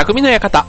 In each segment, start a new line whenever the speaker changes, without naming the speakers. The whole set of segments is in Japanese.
匠の館。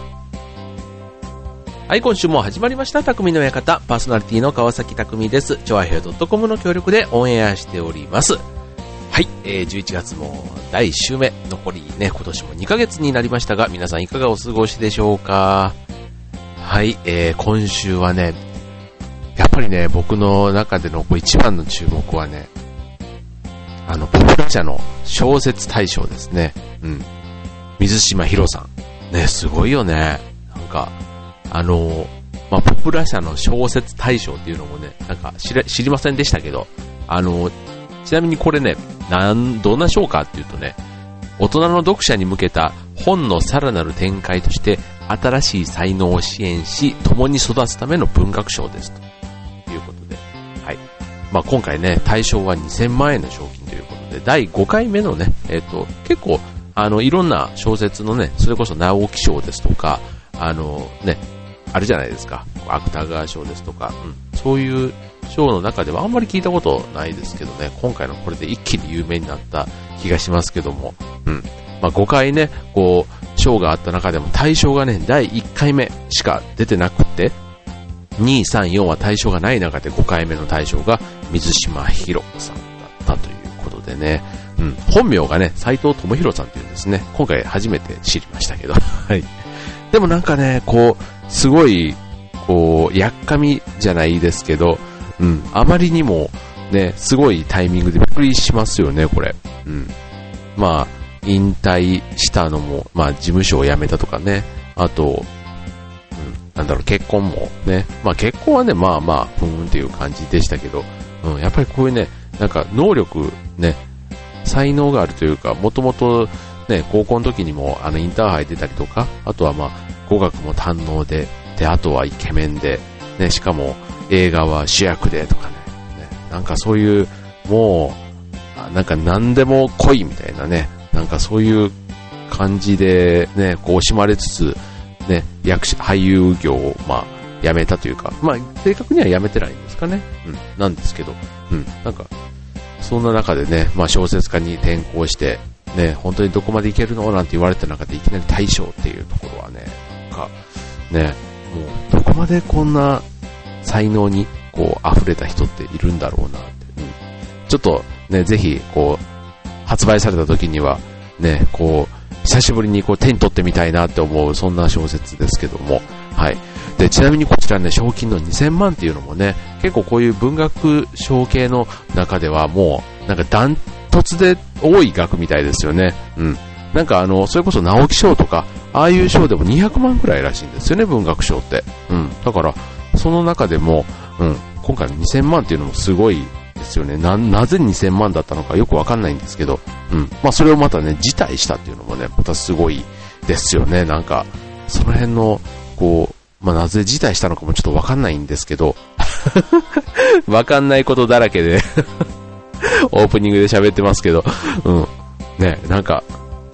はい、今週も始まりました匠の館。パーソナリティの川崎匠です。ちょあへよ .com の協力でオンエアしております。はい、11月も第1週目、残りね、今年も2ヶ月になりましたが、皆さんいかがお過ごしでしょうか。はい、今週はね、やっぱりね、僕の中での一番の注目はね、ポプラ社の小説大賞ですね。うん。水島ひろさん。ね、すごいよね。なんか、ポプラ社の小説大賞っていうのもね、なんか知りませんでしたけど、ちなみにこれね、どんな賞かっていうとね、大人の読者に向けた本のさらなる展開として、新しい才能を支援し、共に育つための文学賞です。ということで、はい。まあ、今回ね、対象は2000万円の賞金ということで、第5回目のね、結構、いろんな小説のね、それこそ直木賞ですとか、ね、あるじゃないですか。芥川賞ですとか、そういう賞の中ではあんまり聞いたことないですけどね、今回のこれで一気に有名になった気がしますけども、まあ、5回ね、賞があった中でも大賞がね、第1回目しか出てなくって、2、3、4は大賞がない中で5回目の大賞が水島ひろさんだったということでね、本名がね、斉藤智弘さんっていうんですね。今回初めて知りましたけど。はい。でもなんかね、すごい、やっかみじゃないですけど、あまりにもね、すごいタイミングでびっくりしますよね、これ。まあ、引退したのも、まあ、事務所を辞めたとかね、あと、結婚もね、まあ結婚はね、まあまあ、っていう感じでしたけど、やっぱりこういうね、なんか能力ね、才能があるというか、もともとね、高校の時にもインターハイ出たりとか、あとはまあ、語学も堪能で、あとはイケメンで、ね、しかも映画は主役でとかね、なんかそういう、もう、なんか何でも来いみたいなね、なんかそういう感じでね、惜しまれつつ、ね、俳優業を、まあ、辞めたというか、まあ、正確には辞めてないんですかね。なんですけど、なんか、そんな中でね、まあ、小説家に転向して、ね、本当にどこまでいけるのなんて言われた中でいきなり大賞っていうところはね、なんか、ね、もう、どこまでこんな才能に、溢れた人っているんだろうなって、ちょっと、ね、ぜひ、発売された時には、ね、久しぶりに手に取ってみたいなって思う、そんな小説ですけども、はい。で、ちなみにこちらね、賞金の2000万っていうのもね、結構こういう文学賞系の中ではもう、なんかダントツで多い額みたいですよね。なんかそれこそ直木賞とか、ああいう賞でも200万くらいらしいんですよね、文学賞って。だから、その中でも、今回の2000万っていうのもすごいですよね。なぜ2000万だったのかよくわかんないんですけど、まあそれをまたね、辞退したっていうのもね、またすごいですよね。なんか、その辺の、まあなぜ辞退したのかもちょっとわかんないんですけど、わかんないことだらけで、オープニングで喋ってますけど、ね、なんか、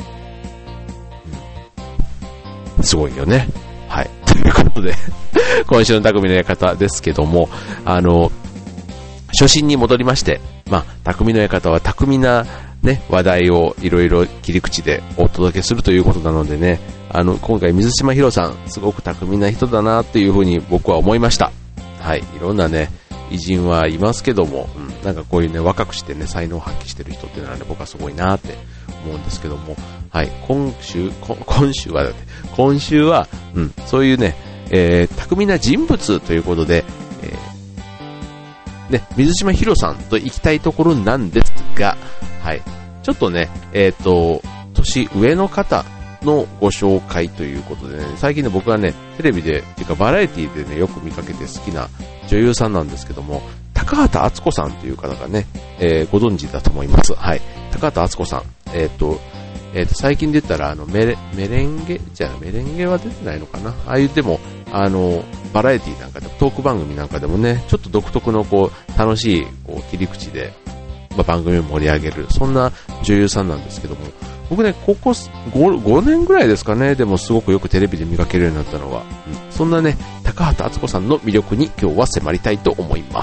すごいよね。はい。ということで、今週の匠の館ですけども、初心に戻りまして、まあ、匠の館は巧みなね、話題をいろいろ切り口でお届けするということなのでね、今回水島ひろさん、すごく巧みな人だなっていうふうに僕は思いました。はい。いろんなね、偉人はいますけども、なんかこういうね、若くしてね、才能を発揮してる人っていうのはね、僕はすごいなって思うんですけども、はい。今週は、そういうね、巧みな人物ということで、ね、水島ひろさんと行きたいところなんですが、はい。ちょっとね、年上の方のご紹介ということでね、最近ね、僕はね、テレビで、っていうかバラエティでね、よく見かけて好きな女優さんなんですけども、高畑敦子さんという方がね、ご存知だと思います。はい。高畑敦子さん。最近で言ったら、メレンゲは出てないのかな、ああいうでも、バラエティなんかでも、トーク番組なんかでもね、ちょっと独特の楽しい、切り口で、まあ、番組を盛り上げる、そんな女優さんなんですけども、僕ね、ここ 5年ぐらいですかね、でもすごくよくテレビで見かけるようになったのは、そんなね、高畑敦子さんの魅力に今日は迫りたいと思います。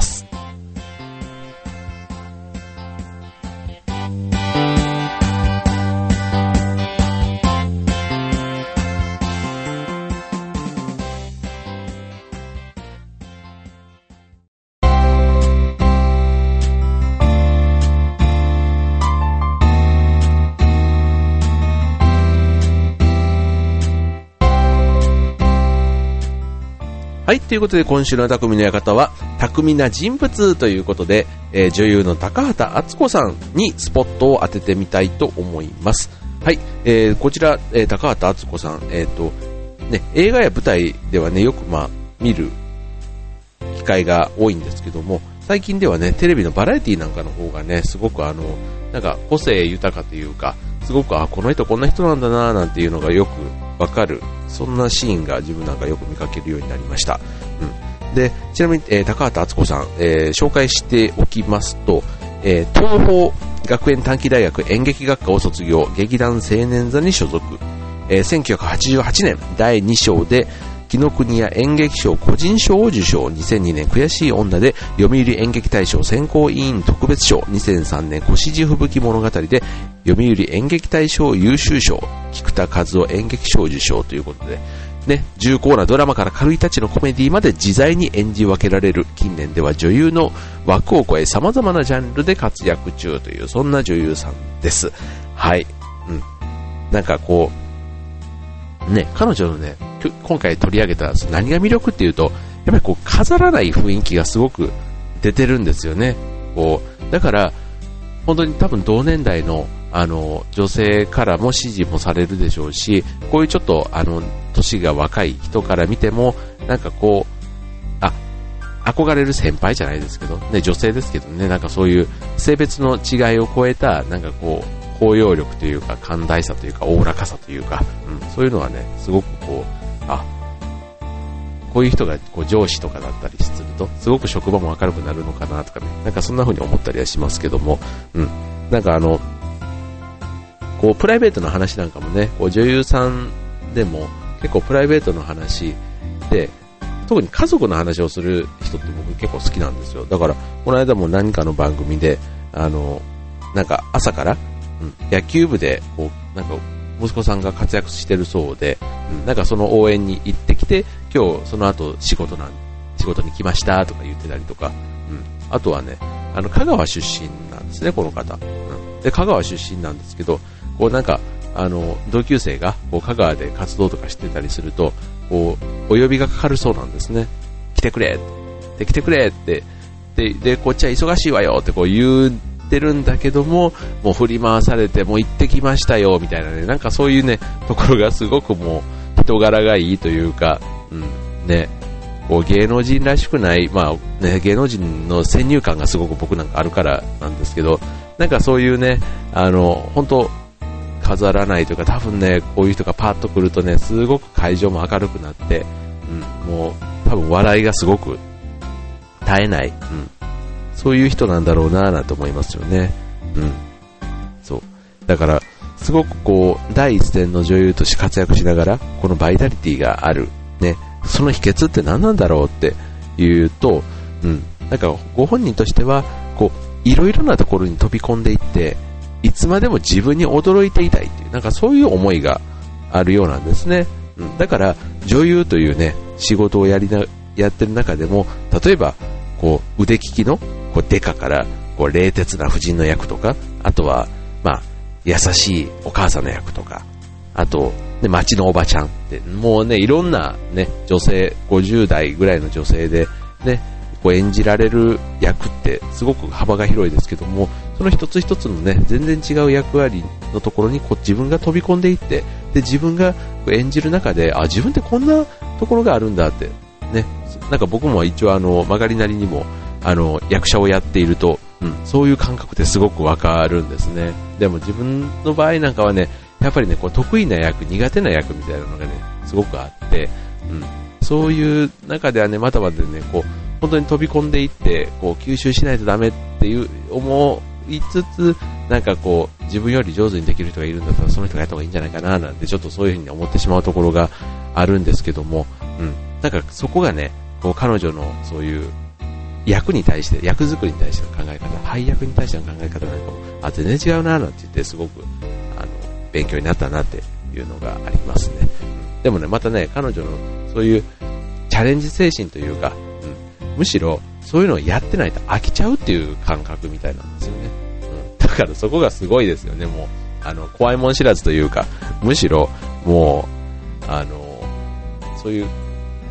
はい、ということで今週の匠の館は、巧みな人物ということで、女優の高畑淳子さんにスポットを当ててみたいと思います。はい、こちら、高畑淳子さん、映画や舞台ではね、よく見る機会が多いんですけども、最近ではね、テレビのバラエティなんかの方がね、すごくなんか個性豊かというか、すごくこの人こんな人なんだななんていうのがよくわかる、そんなシーンが自分なんかよく見かけるようになりました。で、ちなみに、高畑淳子さん、紹介しておきますと、東邦学園短期大学演劇学科を卒業、劇団青年座に所属、1988年第2章で紀ノ国屋演劇賞個人賞を受賞、2002年悔しい女で読売演劇大賞選考委員特別賞、2003年越路吹雪物語で読売演劇大賞優秀賞、菊田一夫演劇賞受賞ということで、ね、重厚なドラマから軽いタッチのコメディまで自在に演じ分けられる、近年では女優の枠を超え様々なジャンルで活躍中という、そんな女優さんです。はい。なんかこう、ね、彼女のね、今回取り上げた何が魅力っていうと、やっぱりこう飾らない雰囲気がすごく出てるんですよね。こう、だから、本当に多分同年代の女性からも支持もされるでしょうし、こういうちょっと年が若い人から見ても、なんかこう、憧れる先輩じゃないですけど、ね、女性ですけどね、なんかそういう性別の違いを超えた、なんかこう、包容力というか、寛大さというか、おおらかさというか、そういうのはね、すごくこう、こういう人がこう上司とかだったりすると、すごく職場も明るくなるのかなとかね、なんかそんな風に思ったりはしますけども、なんかこうプライベートの話なんかもね、こう女優さんでも結構プライベートの話で、特に家族の話をする人って僕結構好きなんですよ。だからこの間も何かの番組でなんか朝から、野球部でこうなんか息子さんが活躍してるそうで、なんかその応援に行ってきて、今日その後仕事に来ましたとか言ってたりとか、あとはね、香川出身なんですね、この方。で、香川出身なんですけど、こうなんか同級生がこう香川で活動とかしてたりすると、こうお呼びがかかるそうなんですね。来てくれって来てくれってでこっちは忙しいわよってこう言ってるんだけども、もう振り回されてもう行ってきましたよみたいなね、なんかそういうねところがすごくもう人柄がいいというか、ね、こう芸能人らしくない、芸能人の先入観がすごく僕なんかあるからなんですけど、なんかそういうね、本当飾らないというか、多分ね、こういう人がパッと来るとね、すごく会場も明るくなって、もう多分笑いがすごく絶えない、そういう人なんだろうなぁと思いますよね。そう。だから、すごくこう、第一線の女優として活躍しながら、このバイタリティがある、ね、その秘訣って何なんだろうっていうと、なんかご本人としては、こう、いろいろなところに飛び込んでいって、いつまでも自分に驚いていたいっていう、なんかそういう思いがあるようなんですね。だから女優というね仕事をやってる中でも、例えばこう腕利きのこうデカからこう冷徹な婦人の役とか、あとは優しいお母さんの役とか、あと、ね、町のおばちゃんってもうねいろんなね女性50代ぐらいの女性でねこう演じられる役ってすごく幅が広いですけども、その一つ一つのね全然違う役割のところにこう自分が飛び込んでいって、で自分が演じる中で自分ってこんなところがあるんだってね、なんか僕も一応曲がりなりにも役者をやっていると、そういう感覚ってすごくわかるんですね。でも自分の場合なんかはね、やっぱりねこう得意な役苦手な役みたいなのがねすごくあって、そういう中ではねまたまたねこう本当に飛び込んでいってこう吸収しないとダメっていう思いつつ、なんかこう自分より上手にできる人がいるんだったらその人がやった方がいいんじゃないかななんてちょっとそういうふうに思ってしまうところがあるんですけども、なんかそこがねこう彼女のそういう役に対して役作りに対しての考え方、配役に対しての考え方なんかも全然違うななんて言ってすごく勉強になったなっていうのがありますね。でもねまたね彼女のそういうチャレンジ精神というか、むしろそういうのをやってないと飽きちゃうっていう感覚みたいなんですよね。だからそこがすごいですよね。もう怖いもん知らずというか、むしろもうそういう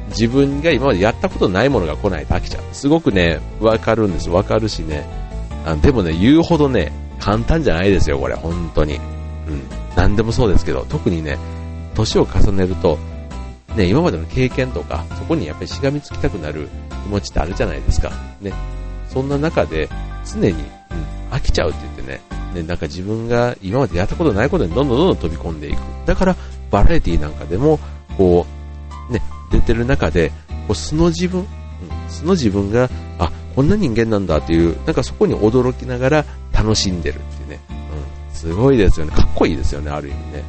自分が今までやったことないものが来ないと飽きちゃう。すごくね、わかるんです。わかるしね。でもね、言うほどね、簡単じゃないですよ、これ、本当に。何でもそうですけど、特にね、年を重ねると、ね、今までの経験とか、そこにやっぱりしがみつきたくなる気持ちってあるじゃないですか。ね。そんな中で、常に、飽きちゃうって言ってね、なんか自分が今までやったことないことにどんどん飛び込んでいく。だから、バラエティなんかでも、こう、ね、出てる中で、こう素の自分が、こんな人間なんだっていう、なんかそこに驚きながら楽しんでるっていうね。すごいですよね。かっこいいですよね、ある意味ね。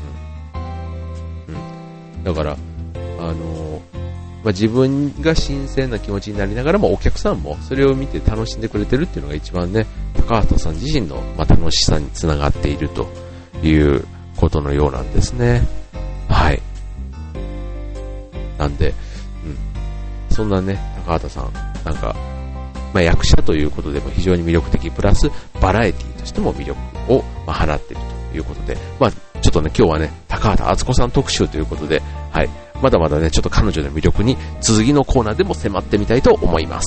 だから、自分が新鮮な気持ちになりながらも、お客さんもそれを見て楽しんでくれてるっていうのが一番ね、高畑さん自身の、楽しさにつながっているということのようなんですね。はい。なんで、そんなね、高畑さん、なんか、役者ということでも非常に魅力的、プラスバラエティとしても魅力を放っているということで、ちょっとね、今日はね、高畑敦子さん特集ということで、はい、まだまだね、ちょっと彼女の魅力に続きのコーナーでも迫ってみたいと思います。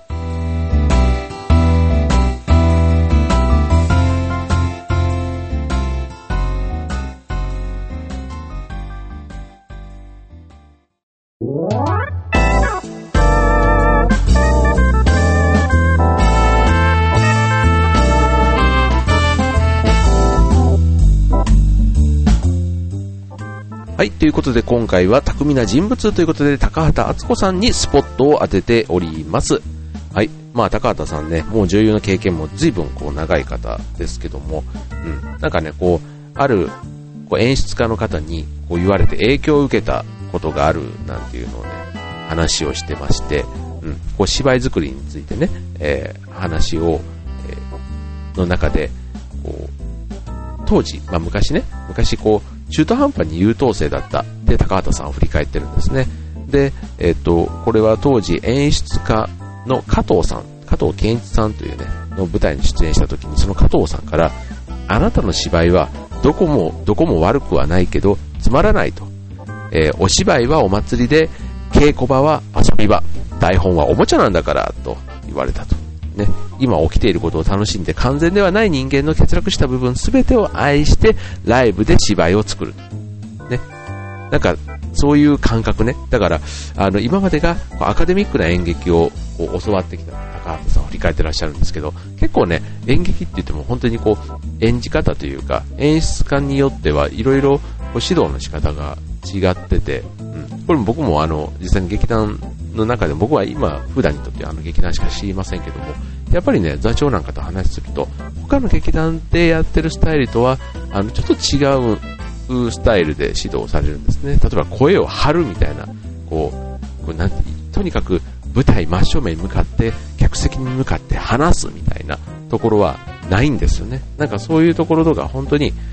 はい、ということで今回は巧みな人物ということで高畑敦子さんにスポットを当てております。はい、高畑さんね、もう女優の経験も随分長い方ですけども、なんかね、ある演出家の方に言われて影響を受けたことがあるなんていうのをね、話をしてまして、芝居作りについてね、話を、の中で、当時、昔中途半端に優等生だったで高畑さんを振り返ってるんですね。で、これは当時演出家の加藤健一さんというね、の舞台に出演した時に、その加藤さんから、あなたの芝居はどこも悪くはないけどつまらないと、お芝居はお祭りで、稽古場は遊び場、台本はおもちゃなんだからと言われたと。ね、今起きていることを楽しんで完全ではない人間の欠落した部分すべてを愛してライブで芝居を作る。ね。なんか、そういう感覚ね。だから、今までがアカデミックな演劇を教わってきた高畑さんを振り返ってらっしゃるんですけど、結構ね、演劇って言っても本当に演じ方というか、演出家によってはいろいろ指導の仕方が違ってて、これも僕も実際に劇団の中で僕は今普段にとって劇団しか知りませんけども、やっぱりね、座長なんかと話すると他の劇団でやってるスタイルとはちょっと違うスタイルで指導されるんですね。例えば声を張るみたいな、とにかく舞台真正面に向かって客席に向かって話すみたいなところはないんですよね。なんかそういうところとか本当に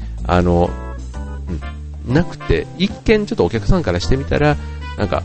なくて、一見ちょっとお客さんからしてみたらなんか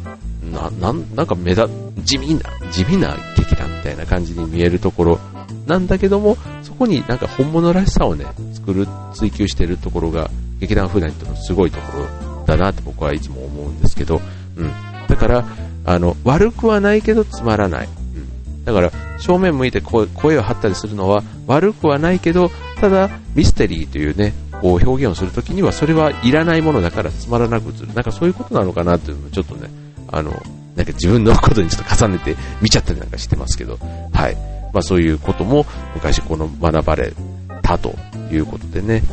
地味な劇団みたいな感じに見えるところなんだけども、そこになんか本物らしさをね追求しているところが劇団風団にとってのすごいところだなって僕はいつも思うんですけど、だから悪くはないけどつまらない、だから正面向いて声を張ったりするのは悪くはないけど、ただミステリーというね表現をするときにはそれはいらないものだからつまらなく映る、なんかそういうことなのかなというのをちょっとねなんか自分のことにちょっと重ねて見ちゃったりなんかしてますけど、はい、そういうことも昔学ばれたということでね、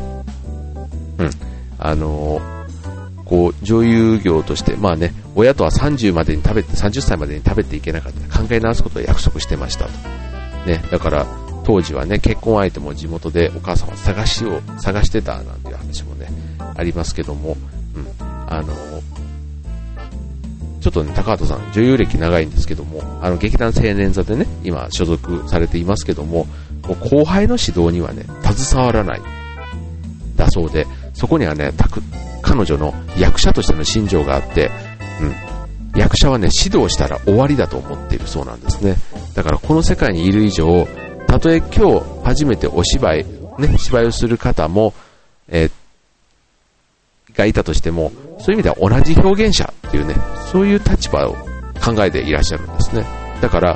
女優業として親とは30歳までに食べていけなかった考え直すことを約束してましたとね。だから当時はね、結婚相手も地元でお母さんは探してたなんていう話もねありますけども、ちょっとね、高畑さん女優歴長いんですけども、劇団青年座でね今所属されていますけども、後輩の指導にはね携わらないだそうで、そこにはね彼女の役者としての心情があって、役者はね指導したら終わりだと思っているそうなんですね。だからこの世界にいる以上、たとえ今日初めて芝居をする方も、 がいたとしても、そういう意味では同じ表現者っていうね、そういう立場を考えていらっしゃるんですね。だから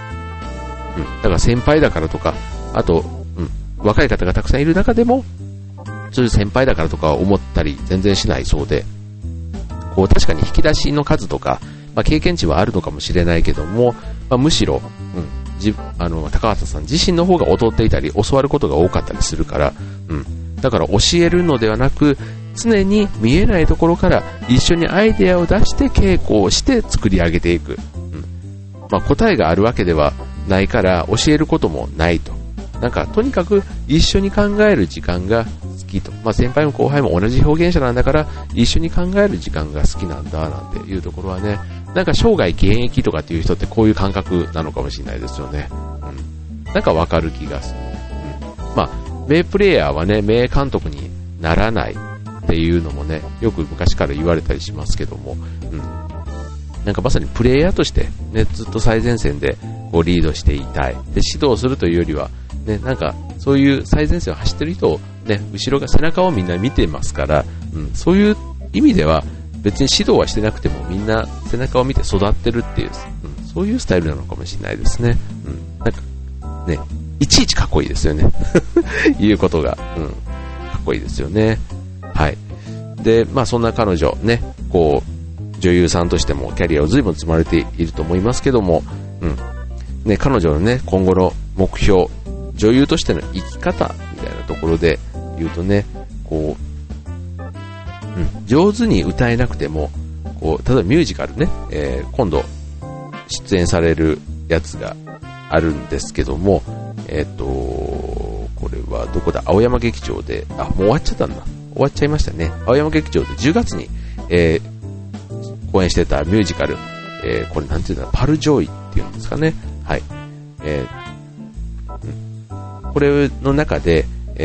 先輩だからとか、あと、若い方がたくさんいる中でも、そういう先輩だからとか思ったり全然しないそうで、こう確かに引き出しの数とか、経験値はあるのかもしれないけども、むしろ、高畑さん自身の方が劣っていたり、教わることが多かったりするから、だから教えるのではなく、常に見えないところから一緒にアイデアを出して稽古をして作り上げていく。答えがあるわけではないから教えることもないと。とにかく一緒に考える時間が好きと。先輩も後輩も同じ表現者なんだから一緒に考える時間が好きなんだなんていうところはね、生涯現役とかっていう人ってこういう感覚なのかもしれないですよね。わかる気がする。名プレイヤーはね、名監督にならないっていうのもね、よく昔から言われたりしますけども、まさにプレイヤーとしてね、ずっと最前線でこうリードしていたい。で、指導するというよりは、ね、そういう最前線を走ってる人をね、後ろが背中をみんな見てますから、そういう意味では別に指導はしてなくてもみんな背中を見て育ってるっていう、そういうスタイルなのかもしれないですね。ね、いちいちかっこいいですよね。いうことが、かっこいいですよね。はい。で、そんな彼女ね、こう、女優さんとしてもキャリアを随分積まれていると思いますけども、ね、彼女のね、今後の目標、女優としての生き方みたいなところで言うとね、こう、上手に歌えなくても、こう、例えばミュージカルね、今度出演されるやつがあるんですけども、これはどこだ、青山劇場で、もう終わっちゃったんだ。終わっちゃいましたね。青山劇場で10月に、公演してたミュージカル、これなんていうの、パルジョイっていうんですかね。はい。これの中で、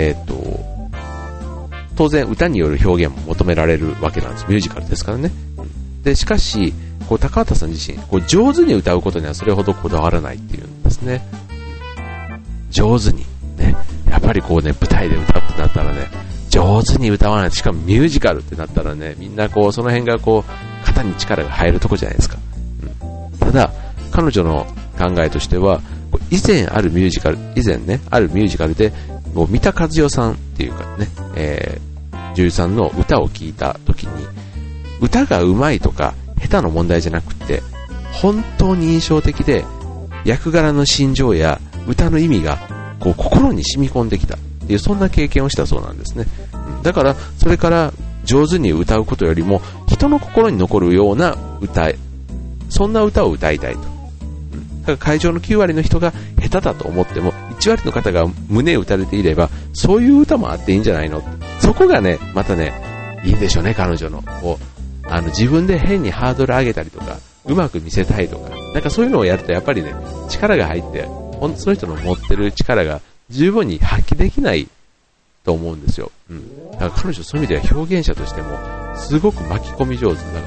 当然歌による表現も求められるわけなんです。ミュージカルですからね。で、しかし、こう高畑さん自身、こう上手に歌うことにはそれほどこだわらないっていうんですね。上手に。ね。やっぱりこうね、舞台で歌うってなったらね、上手に歌わない。しかもミュージカルってなったらね、みんなこう、その辺がこう、肩に力が入るとこじゃないですか。ただ、彼女の考えとしては、以前ね、あるミュージカルで、三田和代さんっていうかね、女優さんの歌を聴いた時に、歌が上手いとか、下手の問題じゃなくて、本当に印象的で、役柄の心情や歌の意味が、こう、心に染み込んできたっていう、そんな経験をしたそうなんですね。だから、それから上手に歌うことよりも、人の心に残るような歌、そんな歌を歌いたいと。だから会場の9割の人が下手だと思っても、1割の方が胸を打たれていれば、そういう歌もあっていいんじゃないの。そこがね、またね、いいんでしょうね、彼女の。こう、自分で変にハードル上げたりとか、うまく見せたいとか、そういうのをやるとやっぱりね、力が入って、その人の持ってる力が十分に発揮できないと思うんですよ。だから彼女そういう意味では表現者としても、すごく巻き込み上手だから、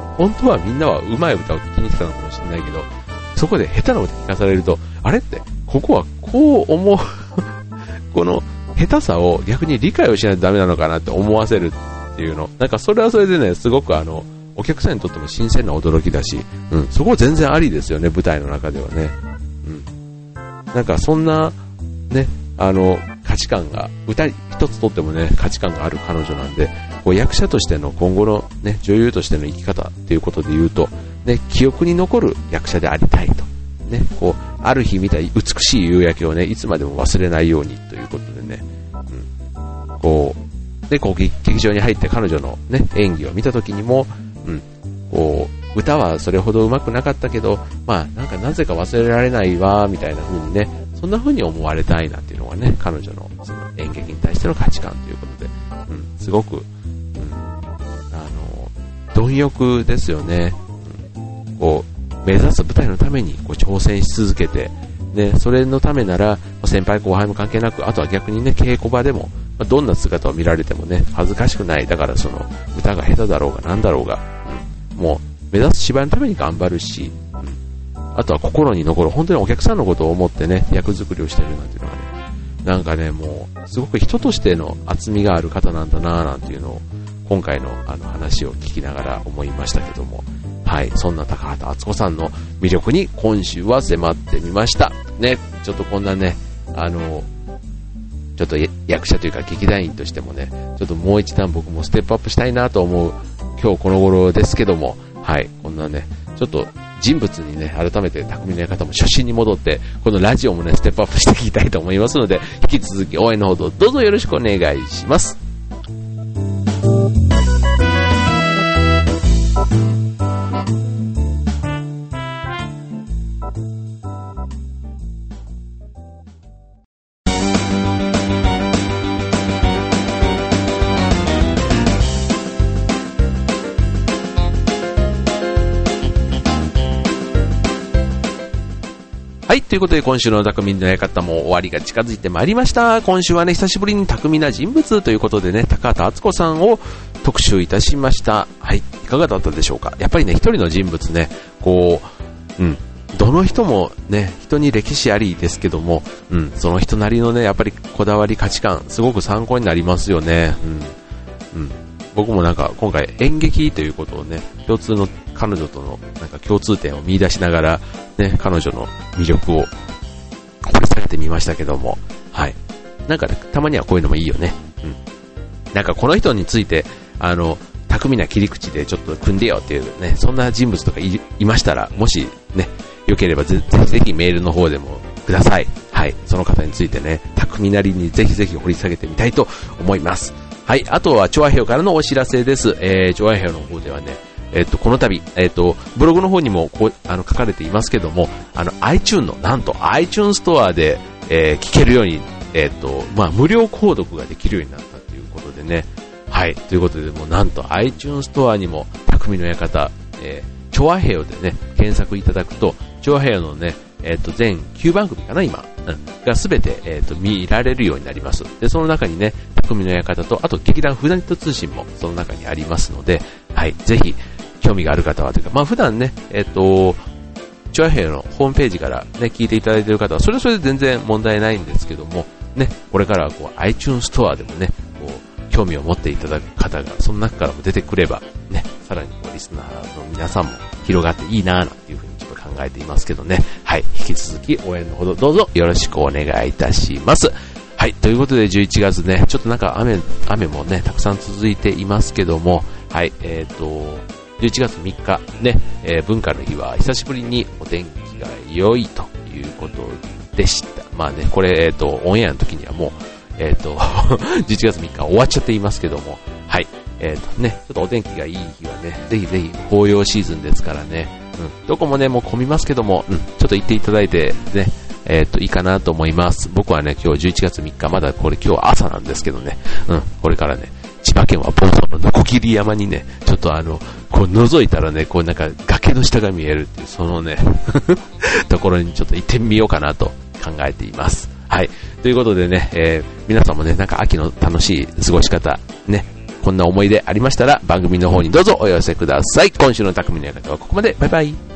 本当はみんなは上手い歌を聴きに来たのかもしれないけど、そこで下手な歌聴かされると、あれって、ここはこう思う、この下手さを逆に理解をしないとダメなのかなって思わせるっていうの。それはそれでね、すごくお客さんにとっても新鮮な驚きだし、そこ全然ありですよね、舞台の中ではね。そんな、ね、価値観が、歌一つとってもね、価値観がある彼女なんで、こう役者としての今後のね、女優としての生き方っていうことで言うと、ね、記憶に残る役者でありたいと。ね、こう、ある日見た美しい夕焼けをね、いつまでも忘れないようにということでね、こう劇場に入って彼女のね、演技を見た時にも、こう、歌はそれほど上手くなかったけど、なぜか忘れられないわ、みたいな風にね、そんな風に思われたいなっていうのがね、彼女のその演劇に対しての価値観ということで、すごく、貪欲ですよね。こう、目指す舞台のためにこう挑戦し続けて、ね、それのためなら、先輩後輩も関係なく、あとは逆にね、稽古場でも、どんな姿を見られてもね、恥ずかしくない。だからその、歌が下手だろうがなんだろうが、もう、目指す芝居のために頑張るし、あとは心に残る、本当にお客さんのことを思ってね、役作りをしてるなんていうのがね、もう、すごく人としての厚みがある方なんだなぁなんていうのを今回の話を聞きながら思いましたけども、はい、そんな高畑敦子さんの魅力に今週は迫ってみました。ね、ちょっとこんなね、ちょっと役者というか劇団員としてもね、ちょっともう一段僕もステップアップしたいなと思う今日この頃ですけども、はい、こんなね、ちょっと人物にね、改めて匠の館も初心に戻って、このラジオもね、ステップアップしていきたいと思いますので、引き続き応援のほどどうぞよろしくお願いします。はい、ということで今週の匠の館も終わりが近づいてまいりました。今週はね、久しぶりに巧みな人物ということでね、高畑敦子さんを特集いたしました。はい、いかがだったでしょうか。やっぱりね、一人の人物ね、こう、どの人もね、人に歴史ありですけども、その人なりのね、やっぱりこだわり価値観、すごく参考になりますよね。僕もなんか今回演劇ということをね、共通の彼女とのなんか共通点を見出しながらね、彼女の魅力を掘り下げてみましたけども、はい。なんかね、たまにはこういうのもいいよね。なんかこの人について巧みな切り口でちょっと組んでよっていうね、そんな人物とか いましたら、もしね、良ければぜひメールの方でもください。はい。その方についてね、巧みなりにぜひ掘り下げてみたいと思います。はい。あとは、チョアヘヨからのお知らせです。チョアヘヨの方ではね、この度、ブログの方にも書かれていますけども、iTunes の、なんと iTunes ストアで、聞けるように、無料購読ができるようになったということでね。はい。ということで、もうなんと iTunes ストアにも、匠の館、チョアヘヨでね、検索いただくと、チョアヘヨのね、全9番組かな、今。がすべて、見られるようになります。で、その中にね、匠の館と、あと劇団フーダニット通信もその中にありますので、はい、ぜひ、興味がある方はというか、普段ね、チョアヘヨのホームページからね、聞いていただいている方は、それで全然問題ないんですけども、ね、これからはこう、iTunes ストアでもね、こう、興味を持っていただく方が、その中からも出てくれば、ね、さらにこう、リスナーの皆さんも広がっていいなぁ、なんていうふうにちょっと考えていますけどね。はい、引き続き応援のほどどうぞよろしくお願いいたします。はい、ということで11月ね、ちょっとなんか雨もね、たくさん続いていますけども、はい、11月3日ね、文化の日は久しぶりにお天気が良いということでした。まあね、これ、オンエアの時にはもう、11月3日終わっちゃっていますけども、はい、ね、ちょっとお天気がいい日はね、ぜひ紅葉シーズンですからね、どこもね、もう混みますけども、ちょっと行っていただいてね、いいかなと思います。僕はね、今日11月3日、まだこれ今日朝なんですけどね、これからね、千葉県は房総のノコギリ山にね、ちょっとこう覗いたらね、こうなんか崖の下が見えるっていう、そのね、ところにちょっと行ってみようかなと考えています。はい。ということでね、皆さんもね、なんか秋の楽しい過ごし方、ね、こんな思い出ありましたら番組の方にどうぞお寄せください。今週の匠の館はここまで。バイバイ。